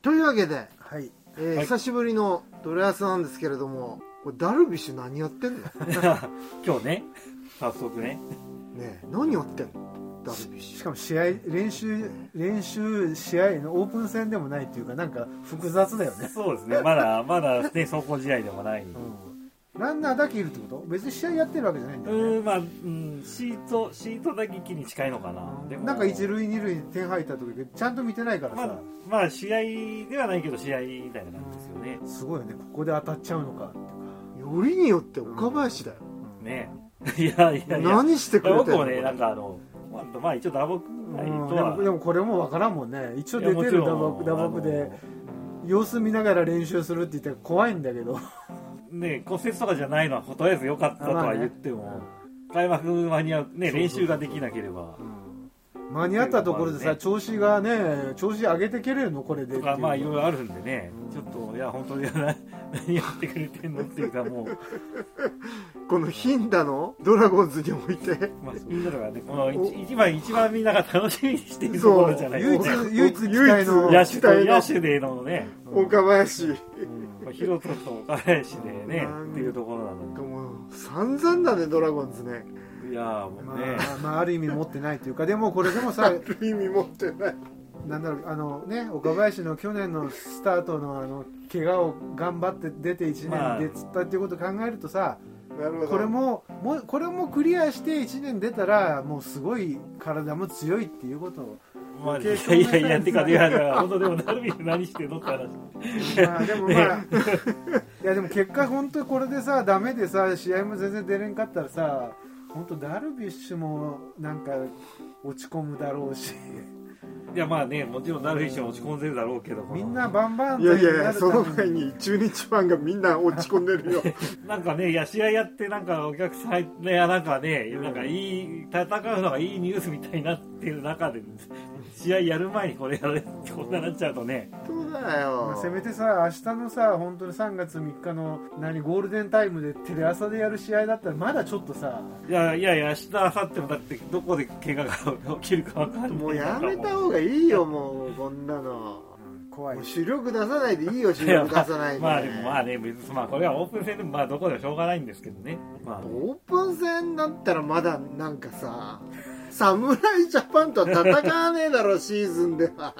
というわけで、 はい久しぶりのドラヤスなんですけれども、これダルビッシュ何やってんの今日ね、早速ね。 ねえ、何やってんのダルビッシュ。 しかも練習試合のオープン戦でもないっていうか、なんか複雑だよね。 そうですね、まだね、走行試合でもない。 ランナーだけいるってこと？別に試合やってるわけじゃないんだよね。 まあ、シート打撃に近いのかな。でもなんか一塁二塁に点入った時ちゃんと見てないからさ、 まあ試合ではないけど試合みたいな感じですよね。 すごいよね、ここで当たっちゃうのかっていうか。 よりによって岡林だよ、 ねいや何してくれてんの。 僕もね、なんかまあ一応打撲ないとは、 でもこれもわからんもんね。一応出てる打撲で様子見ながら練習するって言ったら怖いんだけどね、骨折とかじゃないのはとりあえず良かったとは言っても、開幕間に合うね、練習ができなければ、 間に合ったところでさ、調子上げてけれるのこれでっていう。 まあいろいろあるんでね、ちょっといや本当に何やってくれてんのっていうか、もうこのヒンダのドラゴンズにおいて、 まあみんながね、この一番みんなが楽しみにしているところじゃないですか。 唯一期待の野手でのね、 岡林、 広田と岡林でねっていうところなので、 もう散々だねドラゴンズね。 いやもうね、 まあある意味持ってないというか、でもこれでもさ、 ある意味持ってない。 なんだろう、岡林の去年のスタートの怪我を頑張って出て1年でつったっていうことを考えるとさ、 なるほど。 これもクリアして1年出たらもうすごい体も強いっていうことを。 まあ、いやってか本当でもダルビッシュ何してんのって話。 まあでもいやでも結果本当にこれでさダメでさ、試合も全然出れんかったらさ、本当ダルビッシュもなんか落ち込むだろうし。 いやまあね、もちろんダルビッシュも落ち込んでるだろうけど、 みんなバンバンいやその前に中日ファンがみんな落ち込んでるよなんかね、いや試合やってなんかお客さんね、なんかね、なんかいい戦うのがいいニュースみたいになってる中で、試合やる前にこんななっちゃうとね。 そうだよ、 せめてさ、明日のさ、本当に3月3日のゴールデンタイムでテレ朝でやる試合だったらまだちょっとさ、 いや明日明後日もだってどこで怪我が起きるか分かんない。 もうやめた方がいいよ、もうこんなの。 怖い。 もう主力出さないでいいよ、主力出さないで。 まあね、別にこれはオープン戦でもどこでもしょうがないんですけどね。 オープン戦だったらまだなんかさ、侍ジャパンとは戦わねえだろシーズンでは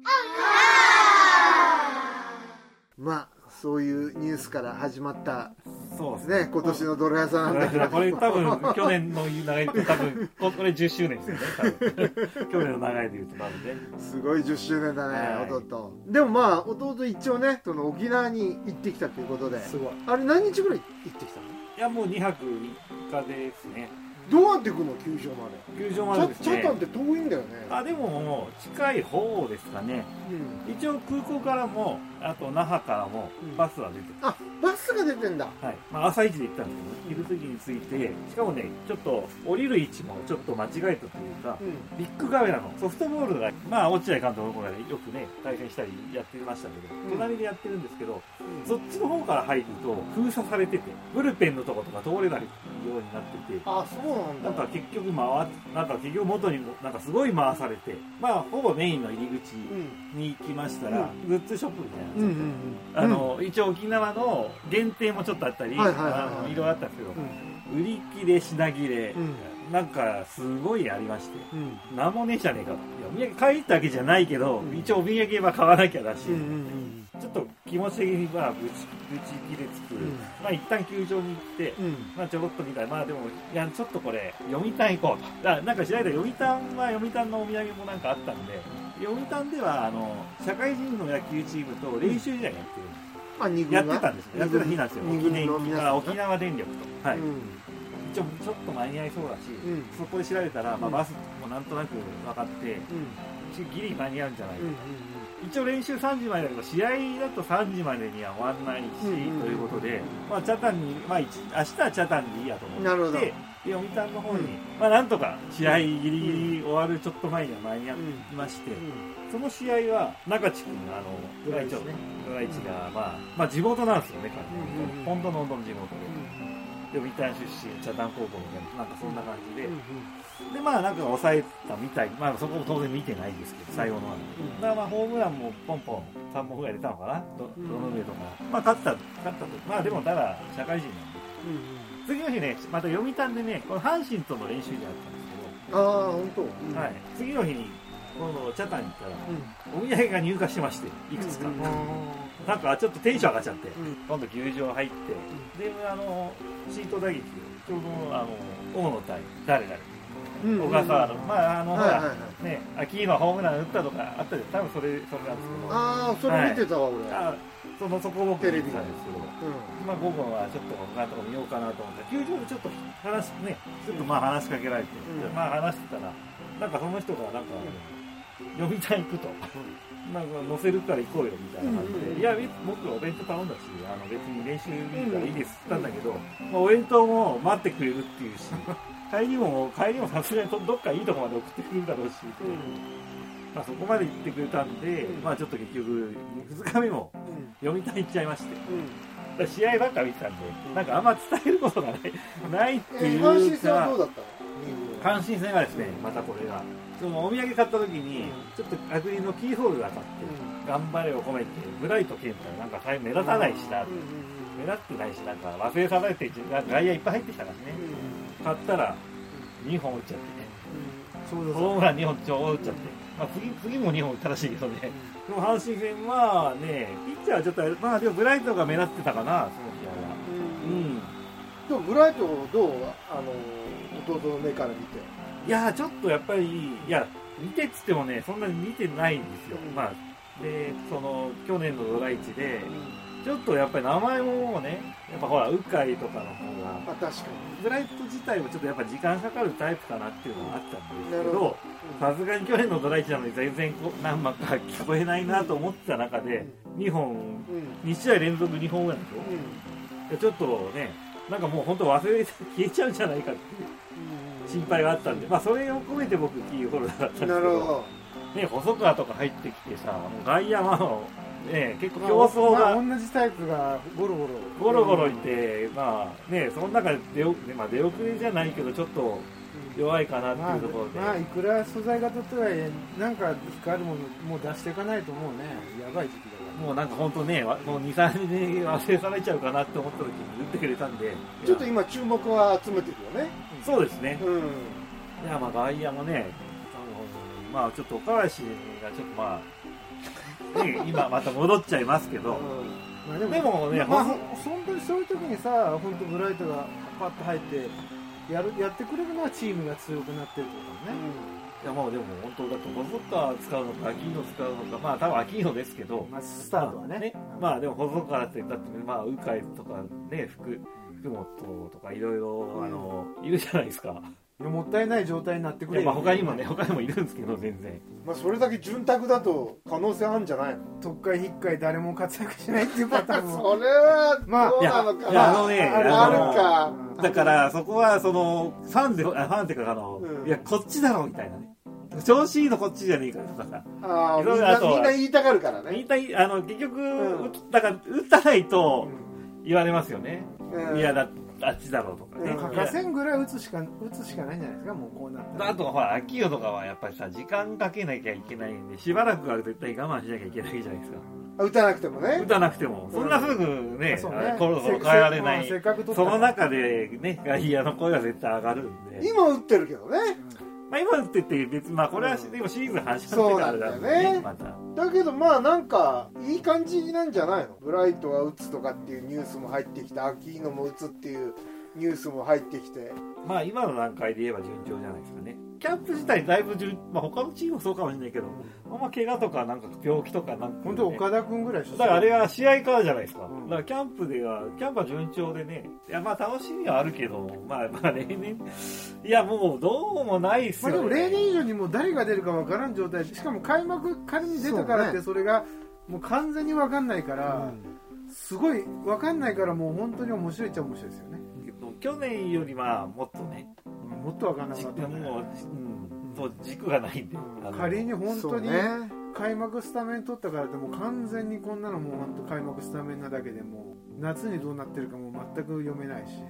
まあそういうニュースから始まったそうですね、今年のドラヤさんなんだけど、 これ多分去年の流れで多分これ10周年ですよね、多分去年の流れでいうと多分ね、 すごい10周年だね、 はい、 弟。でもまあ弟一応ね、その沖縄に行ってきたということで、 すごい。 あれ何日ぐらい行ってきたの？ いやもう2泊3日ですね。 どうやって行くの、球場まで？ 球場までですね。 チャタンって遠いんだよね。 でも近い方ですかね、一応空港からもあと那覇からもバスは出てる、 バスが出てんだ。 はい、朝一で行ったんですけど、昼過ぎに着いて、しかもね、ちょっと降りる位置もちょっと間違えたというか、ビッグカメラのソフトボールが落合監督の方がよくね対戦したりやってましたけど、隣でやってるんですけど、そっちの方から入ると封鎖されてて、ブルペンのとことか通れないようになってて、 そうなんだ。 なんか結局元にもなんかすごい回されて、ほぼメインの入り口に行きましたら、グッズショップみたいな、一応沖縄の限定もちょっとあったり、いろいろあったんですけど、売り切れ品切れ、なんかすごいありまして、なんもねえじゃねえか、いやお土産買いに行ったわけじゃないけど、一応お土産は買わなきゃだし、ちょっと気持ち的にぶち切れつつ、一旦球場に行って、ちょろっと見たら、でもいやちょっとこれ読谷行こうと、なんか知らないけど読谷のお土産もなんかあったんで、読谷では社会人の野球チームと練習試合やってる、やってたんですよ、やってた日なんですよ、沖縄電力と、はい、一応ちょっと間に合いそうだし、そこで調べたら、バスもなんとなく分かって、ギリ間に合うんじゃないかと。一応練習3時までだけど、試合だと3時までには終わんないし、ということで、チャタンに、明日はチャタンでいいやと思って、読谷の方に、なんとか試合ギリギリ終わるちょっと前には間に合いまして、その試合は中地君がドライチが地元なんですよね、本当の地元で。 読谷出身茶壇高校みたいな、なんかそんな感じで、でまあなんか抑えたみたい、まあそこも当然見てないですけど、最後のは、だからまあホームランもポンポン3本ぐらい出たのかな、どの上とか、まあ勝ったと、まあでもただ社会人なんで、次の日ね、また読谷でね、この阪神との練習にあったんですけど、 ああ本当、 はい、次の日にこの茶壇に行ったら、お土産が入荷してまして、いくつか。なんかちょっとテンション上がっちゃって、今度球場入って、で、シート打撃を、ちょうど大野対誰々、小笠原、まあほら、ね、秋今ホームラン打ったとかあったで、多分それなんですけど。 ああ、それ見てたわ、俺。 そこを僕見てたんですけど、まあ午後はちょっと他のとこ見ようかなと思って、球場でちょっと話しかけられて、まあ話してたら、なんかその人がなんか、読みたい行くと。なんか乗せるから行こうよみたいな感じで、いや、僕お弁当頼んだし、別に練習見るからいいですって言ったんだけど、まあ、お弁当も待ってくれるっていうし、帰りもさすがにどっかいいとこまで送ってくれるだろうし、まあ、そこまで行ってくれたんで、まあちょっと結局、2日目も読みたい行っちゃいまして、試合ばっか見てたんで、なんかあんま伝えることがないっていうか、 阪神戦はどうだったの？ 阪神戦はですね、またこれが、そのお土産買った時に、ちょっとアクリルのキーホルダー買って、頑張れを込めて、ブライト健太なんか目立たないしな、目立ってないし、なんか忘れ去られて、外野いっぱい入ってきたからね、買ったら2本打っちゃってね、ホームラン2本超打っちゃって、まあ、次も2本打ったらしいけどね、でも阪神戦はね、ピッチャーはちょっと、まあでもブライトが目立ってたかな、その試合は。 でもブライトどう？弟の目から見て。 いやちょっとやっぱり、いや、見てっつってもね、そんなに見てないんですよ。まあ、で、去年のドラ1で、ちょっとやっぱり名前もね、やっぱほら、鵜飼とかの方が、 まあ確かに。 ブライト自体もちょっとやっぱ時間かかるタイプかなっていうのがあったんですけど、さすがに去年のドラ1なのに全然何番か聞こえないなと思ってた中で、2試合連続2本ぐらいでしょ、ちょっとね、なんかもう本当忘れて消えちゃうんじゃないかっていう心配があったんで、まあそれを込めて僕キーホルダーだったんですけど、ね、細川とか入ってきてさ、もう外野はね、結構競争が、 同じタイプがゴロゴロいて、まあね、その中で出遅れじゃないけどちょっと弱いかなっていうところで、 まあいくら素材がとってはいえ、なんか光るものもう出していかないともうね、やばい時期だから。 もうなんか本当ね、もう2、3年で忘れ去られちゃうかなって思った時に打ってくれたんで、 ちょっと今注目は集めてるよね。 そうですね。いや、まあ外野もね、まあちょっと岡林がちょっとまあ、ね、今また戻っちゃいますけど、でもね、 まあ本当にそういう時にさ、本当ブライトがパッと入ってやってくれるのはチームが強くなってるってことだね。 いやもうでも本当だと細川使うのかアキーノ使うのか、まあ多分アキーノですけど、 まあスタートはね。 まあでも細川ってだってまあ鵜飼とかね、福本とかいろいろいるじゃないですか。 もったいない状態になってくれる、 まあ他にもいるんですけど、全然まあそれだけ潤沢だと可能性あるんじゃないの？ 特会引っかい誰も活躍しないっていうパターンもそれはどうなのかな。あるか。 だからそこはファンっていうかいやこっちだろみたいなね、調子いいのこっちじゃねえかとかさ、 みんな言いたがるからね。 結局だから打たないと言われますよね。いやあっちだろうとかね。 河川ぐらい打つしかないんじゃないですか、もうこうなったら。 あとほら秋代とかはやっぱりさ、時間かけなきゃいけないんで、しばらくは絶対我慢しなきゃいけないじゃないですか。 打たなくてもね。 打たなくてもそんなすぐね、コロコロ変えられない。その中でね、外野の声は絶対上がるんで。 今打ってるけどね。 まあ今打ってて別にまあこれはでもシーズン始まってからだね。また。 だけどまあなんかいい感じなんじゃないの？ブライトが打つとかっていうニュースも入ってきて、アキーノも打つっていうニュースも入ってきて、 まあ今の段階で言えば順調じゃないですかね。キャンプ自体だいぶまあ他のチームもそうかもしれないけど、あんま怪我とかなんか病気とかなんか、ね、 本当岡田君ぐらいだからあれは試合からじゃないですか。だからキャンプは順調でね、いやまあ楽しみはあるけど、まあ例年いやもうどうもないっすよね。 まあでも例年以上にもう誰が出るかわからん状態で、しかも開幕仮に出たからってそれがもう完全にわかんないから、すごいわかんないからもう本当に面白いっちゃ面白いですよね。 去年よりはもっとね、 もっとわかんなかった、ね、 もう軸がないんで、 仮に本当に開幕スタメン取ったからでも完全にこんなのもう本当開幕スタメンなだけでも夏にどうなってるかも全く読めないし、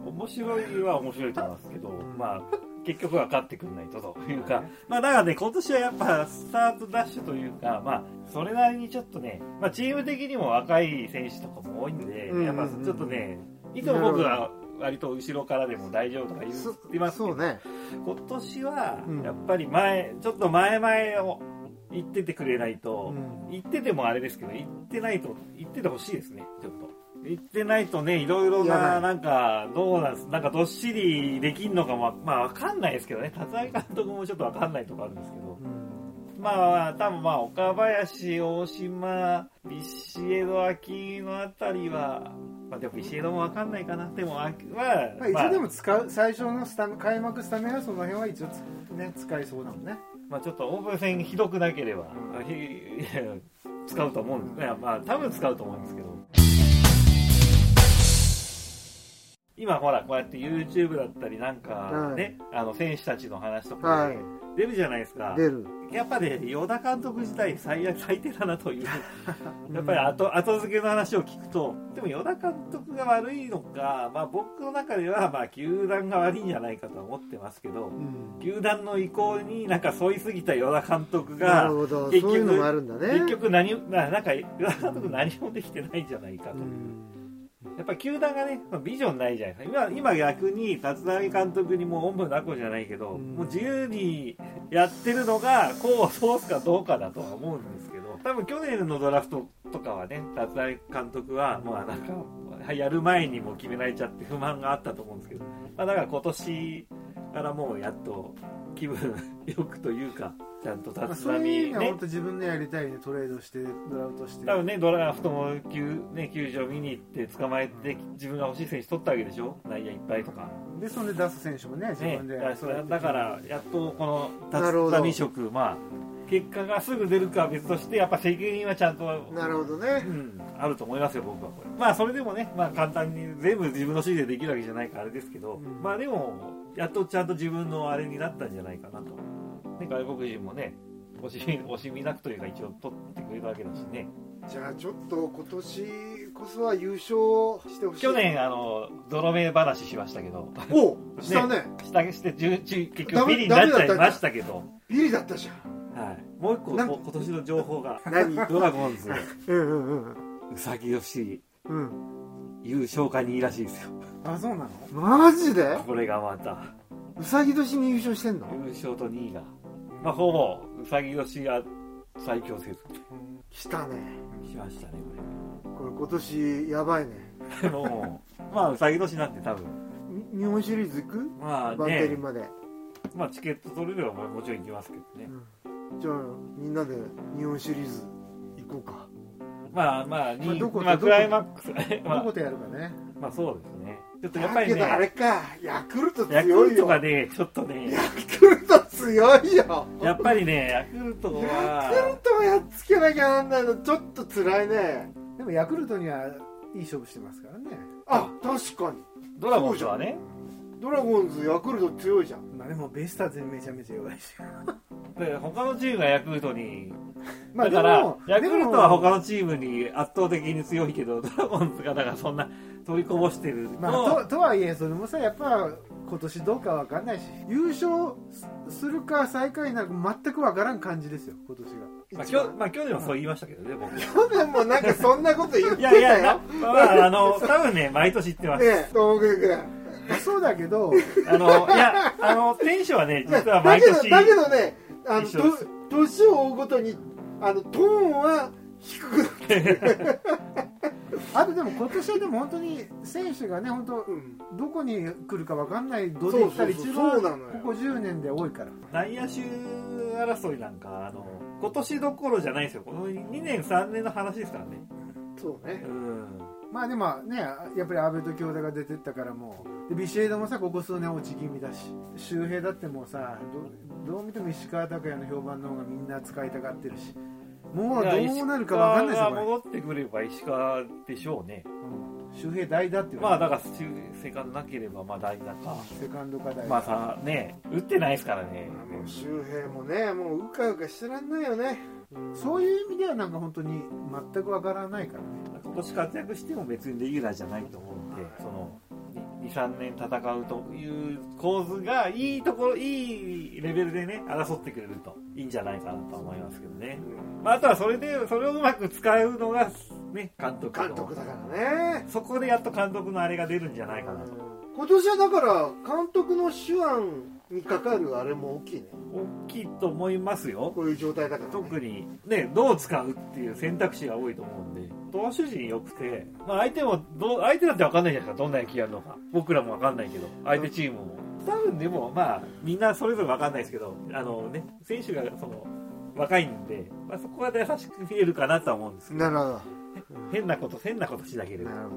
面白いは面白いと思いますけど、まあ結局は勝ってくんないとというか、まあだからね、今年はやっぱスタートダッシュというか、まあそれなりにちょっとね、まあチーム的にも若い選手とかも多いんで、やっぱちょっとね、いつも僕は割と後ろからでも大丈夫とか言ってますけど、 ね、 今年はやっぱりちょっと前々を言っててくれないと、言っててもあれですけど、言っててほしいですね、ちょっと。言ってないとね、いろいろな、なんか、どうなんです、なんかどっしりできんのかも、まあわかんないですけどね、立浪監督もちょっとわかんないとこあるんですけど、まあ、多分まあ、岡林、大島、ビシエド、秋のあたりは、まあでもビシエドもわかんないかな、でも、まあ、 一応でも最初の開幕スタメンはその辺は一応ね、使いそうだもんね。 まあちょっとオープン戦ひどくなければ、使うと思うんですね。まあ多分使うと思うんですけど。今ほらこうやって YouTube だったりなんかね、選手たちの話とかで出るじゃないですか。 出る。 やっぱね、与田監督自体最低だなというやっぱり後付けの話を聞くと、でも与田監督が悪いのか、まあ僕の中ではまあ球団が悪いんじゃないかと思ってますけど、球団の意向になんか沿いすぎた与田監督が結局そういうのもあるんだね。 結局なんか与田監督何もできてないんじゃないかと。やっぱ球団がね、ビジョンないじゃないですか。今逆に立浪監督にもうおんぶ抱っこじゃないけど、もう自由にやってるのが功を奏すかどうかだとは思うんですけど、多分去年のドラフトとかはね、立浪監督はもうなんかやる前にも決められちゃって不満があったと思うんですけど、まあ、だから今年からもうやっと気分よくというか、ちゃんと立浪、 そういう意味は本当自分のやりたいね、トレードしてドラフトして、 多分ね、ドラフトも球場見に行って捕まえて自分が欲しい選手取ったわけでしょ、内野いっぱいとかで、それで出す選手もね、自分で、 だからやっとこの立浪色、まあ結果がすぐ出るかは別として、やっぱ責任はちゃんとなるほどね、 あると思いますよ、僕はこれ。まあそれでもね、まあ簡単に全部自分の指示でできるわけじゃないからあれですけど、まあでもやっとちゃんと自分のあれになったんじゃないかなと。ね、外国人もね、惜しみなくというか一応取ってくれたわけだしね。 じゃあちょっと今年こそは優勝してほしい。 去年泥目話しましたけど、 おしたね、 して結局ビリになっちゃいましたけど、 ビリだったじゃん。 はい、もう一個今年の情報が何ドラゴンズうさぎ年、優勝か2位らしいですよ。 あ、そうなの？ マジで？ これがまたうさぎ年に優勝してんの？ 優勝と2位が、まあ、ほぼうさぎ年が最強成績したね。 しましたね、 これ今年やばいね。 でもまあうさぎ年なんて多分日本シリーズ行く？ まあね、 バンテリンまで。 まあチケット取れればもちろん行きますけどね、 じゃあみんなで日本シリーズ行こうか。 まあクライマックスどこでやるかね。 まあそうですね。ちょっとやっぱりね、 あれか、ヤクルト強いよ。 ヤクルトがね、ちょっとね、 ヤクルト強いよ。 やっぱりね、ヤクルトはやっつけなきゃなんないのちょっと辛いね。 でもヤクルトにはいい勝負してますからね。 あ、確かに。 ドラゴンズはね、 ドラゴンズヤクルト強いじゃん。 まあでもベイスターズめちゃめちゃ弱いし。 で他のチームがヤクルトに、だからヤクルトは他のチームに圧倒的に強いけど、ドラゴンズがだからそんな取りこぼしてるとはいえ、それもさ、やっぱ今年どうかわかんないし、優勝するか最下位になるか全くわからん感じですよ、今年が。 まあ去年はそう言いましたけどね、僕。 去年もなんかそんなこと言ってたよ。 いやまあ多分ね、毎年言ってます。 ね、東北君。 そうだけど、 選手はね、実は毎年。 だけどね、年を追うごとにトーンは低くなってあとでも今年はでも本当に選手がね、本当、どこに来るか分かんないどでったり一番ここ10年で多いから。 内野手争いなんか今年どころじゃないですよ。この2年3年の話ですからね。 そうね。 まあでもね、やっぱり阿部と京田が出てったからもうでビシエドもさ、ここ数年落ち気味だし、周平だってもうさ、どう見ても石川昂弥の評判の方がみんな使いたがってるし、もうどうなるか分かんないですよ。これ戻ってくれば石川でしょうね。 周平代打っていうまあだからセカンドなければまあ代打か。 セカンドか代打。 まあさね、打ってないですからね。 周平もね、もううかうかしてらんないよね。 そういう意味ではなんか本当に全く分からないからね。 今年活躍しても別にレギュラーじゃないと思うんで、 2,3 年戦うという構図がいいレベルでね争ってくれるといいんじゃないかなと思いますけどね、あとはそれをうまく使うのがね監督だからね。 そこでやっと監督のあれが出るんじゃないかなと。 今年はだから監督の手腕にかかるあれも大きいね。 大きいと思いますよ。 こういう状態だから、ね、 特にねどう使うっていう選択肢が多いと思うんで、投手陣良くて、相手だって分かんないじゃないですか、どんな野球やるのか。僕らも分かんないけど相手チームも多分でもみんなそれぞれ分かんないですけど、選手が若いんで、そこは優しく見えるかなとは思うんですけど。 なるほど。 変なことしなければ。 なるほど。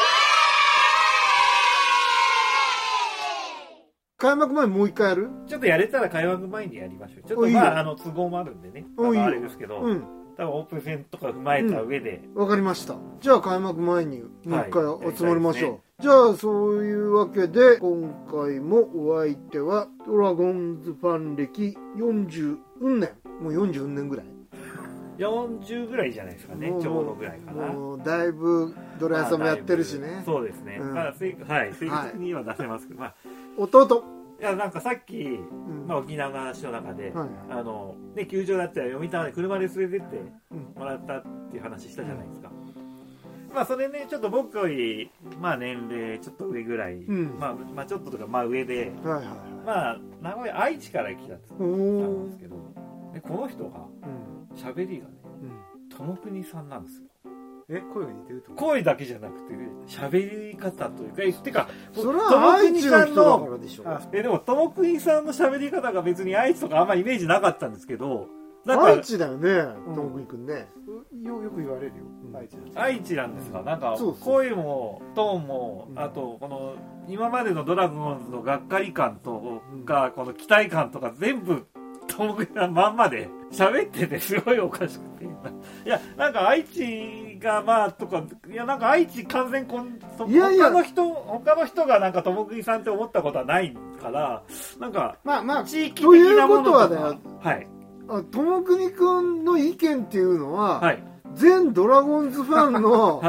開幕前もう一回やる？ ちょっとやれたら開幕前にやりましょう。ちょっと都合もあるんでね、あれですけど、多分オープン戦とか踏まえた上で。 わかりました。じゃあ開幕前にもう一回集まりましょう。じゃあそういうわけで今回もお相手はドラゴンズファン歴40年、もう40年ぐらい。 40ぐらいじゃないですかね、ちょうどぐらいかな。 もうだいぶドラ屋さんもやってるしね。 そうですね。正確には出せますけど、 弟。 いやなんかさっき、沖縄の話の中で、球場だったら読谷まで車で連れてってもらったっていう話したじゃないですか。それねちょっと僕より年齢ちょっと上ぐらい、ちょっととか上で、名古屋愛知から来たって言ったんですけど、この人が喋りがね友国さんなんですよ。 声が似てると。 声だけじゃなくて喋り方というか、てかそれは愛知の人だからでしょ。 でも友国さんの喋り方が別に愛知とかあんまイメージなかったんですけど、 愛知だよね、友国くんね。 よく言われるよ、 愛知なんですが、なんか声もトーンも、あとこの今までのドラゴンズのがっかり感とか、この期待感とか全部友国さんまんまで喋っててすごいおかしくて、いやなんか愛知がとか、いやなんか愛知完全他の人がなんか友国さんって思ったことはないから、なんか地域的なものとか。ということはね、 はい。友国くんの意見っていうのは、全ドラゴンズファンの、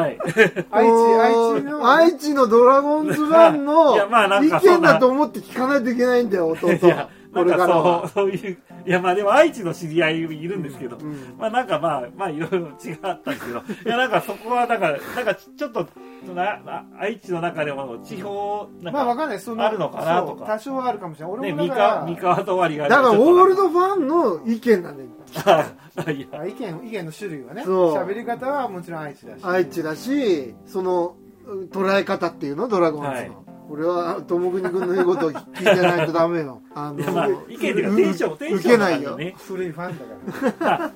愛知のドラゴンズファンの意見だと思って聞かないといけないんだよ、弟。これからはそういう、いやでも愛知の知り合いいるんですけど、いろいろ違ったんですけど、いやなんかそこはなんかちょっと愛知の中でも地方なんかわかんない、 あるのかなとか。 多少はあるかもしれない。俺も三河と割がだからオールドファンの意見なんだよ。 意見の種類はね、喋り方はもちろん愛知だし、その捉え方っていうの、ドラゴンズの。これは友国君の言うことを聞いてないとダメよ。 意見でテンション受けないよ。 古いファンだから。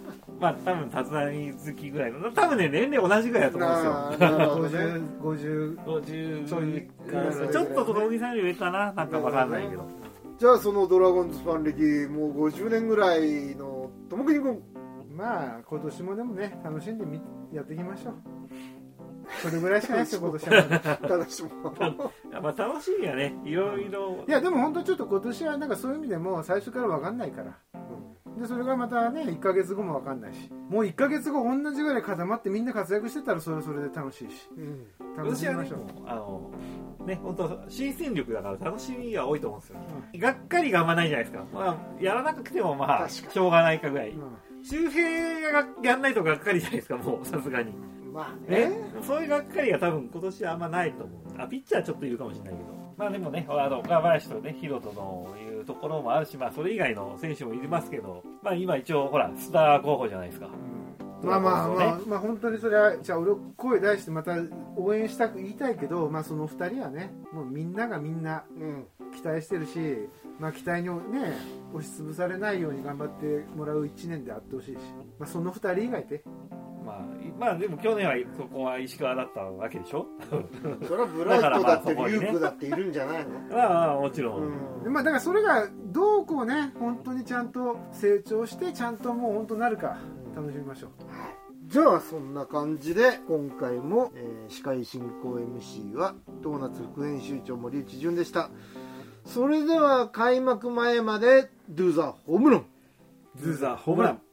多分立浪好きぐらいの、多分ね年齢同じぐらいだと思うんですよ。50そういうちょっと友国さんより上かな、なんかわかんないけど。 じゃあそのドラゴンズファン歴もう50年ぐらいの友国君、 今年もでもね楽しんでやっていきましょう。それぐらいしかないですよ、今年は。 楽しも楽しみはね、いろいろ。 いや、でも本当ちょっと今年はなんかそういう意味でも最初から分かんないから。で、それがまたね、1ヶ月後も分かんないし。もう1ヶ月後同じぐらい固まってみんな活躍してたらそれはそれで楽しいし。楽しみましょう。本当新戦力だから楽しみが多いと思うんですよ。がっかりがあんまないじゃないですか。やらなくてもしょうがないかぐらい。周平がやんないとがっかりじゃないですか、もうさすがに。そういうがっかりが多分今年はあんまないと思う。ピッチャーちょっといるかもしれないけど、でもね、岡林とね、ヒロトのいうところもあるし、それ以外の選手もいますけど、今一応ほらスター候補じゃないですか。 本当にそれはじゃあ俺声出してまた応援したく言いたいけど、その2人はね、もうみんながみんな期待してるし、期待にね押しつぶされないように頑張ってもらう1年であってほしいし、その2人以外で。 でも去年はそこは石川だったわけでしょ。 それはブライトだってリュークだっているんじゃないの。 もちろん。 だからそれがどうこうね、本当にちゃんと成長してちゃんともう本当なるか楽しみましょう。 じゃあそんな感じで今回も、司会進行 MC はドーナツ副編集長森内潤でした。それでは開幕前まで Do the ホームラン。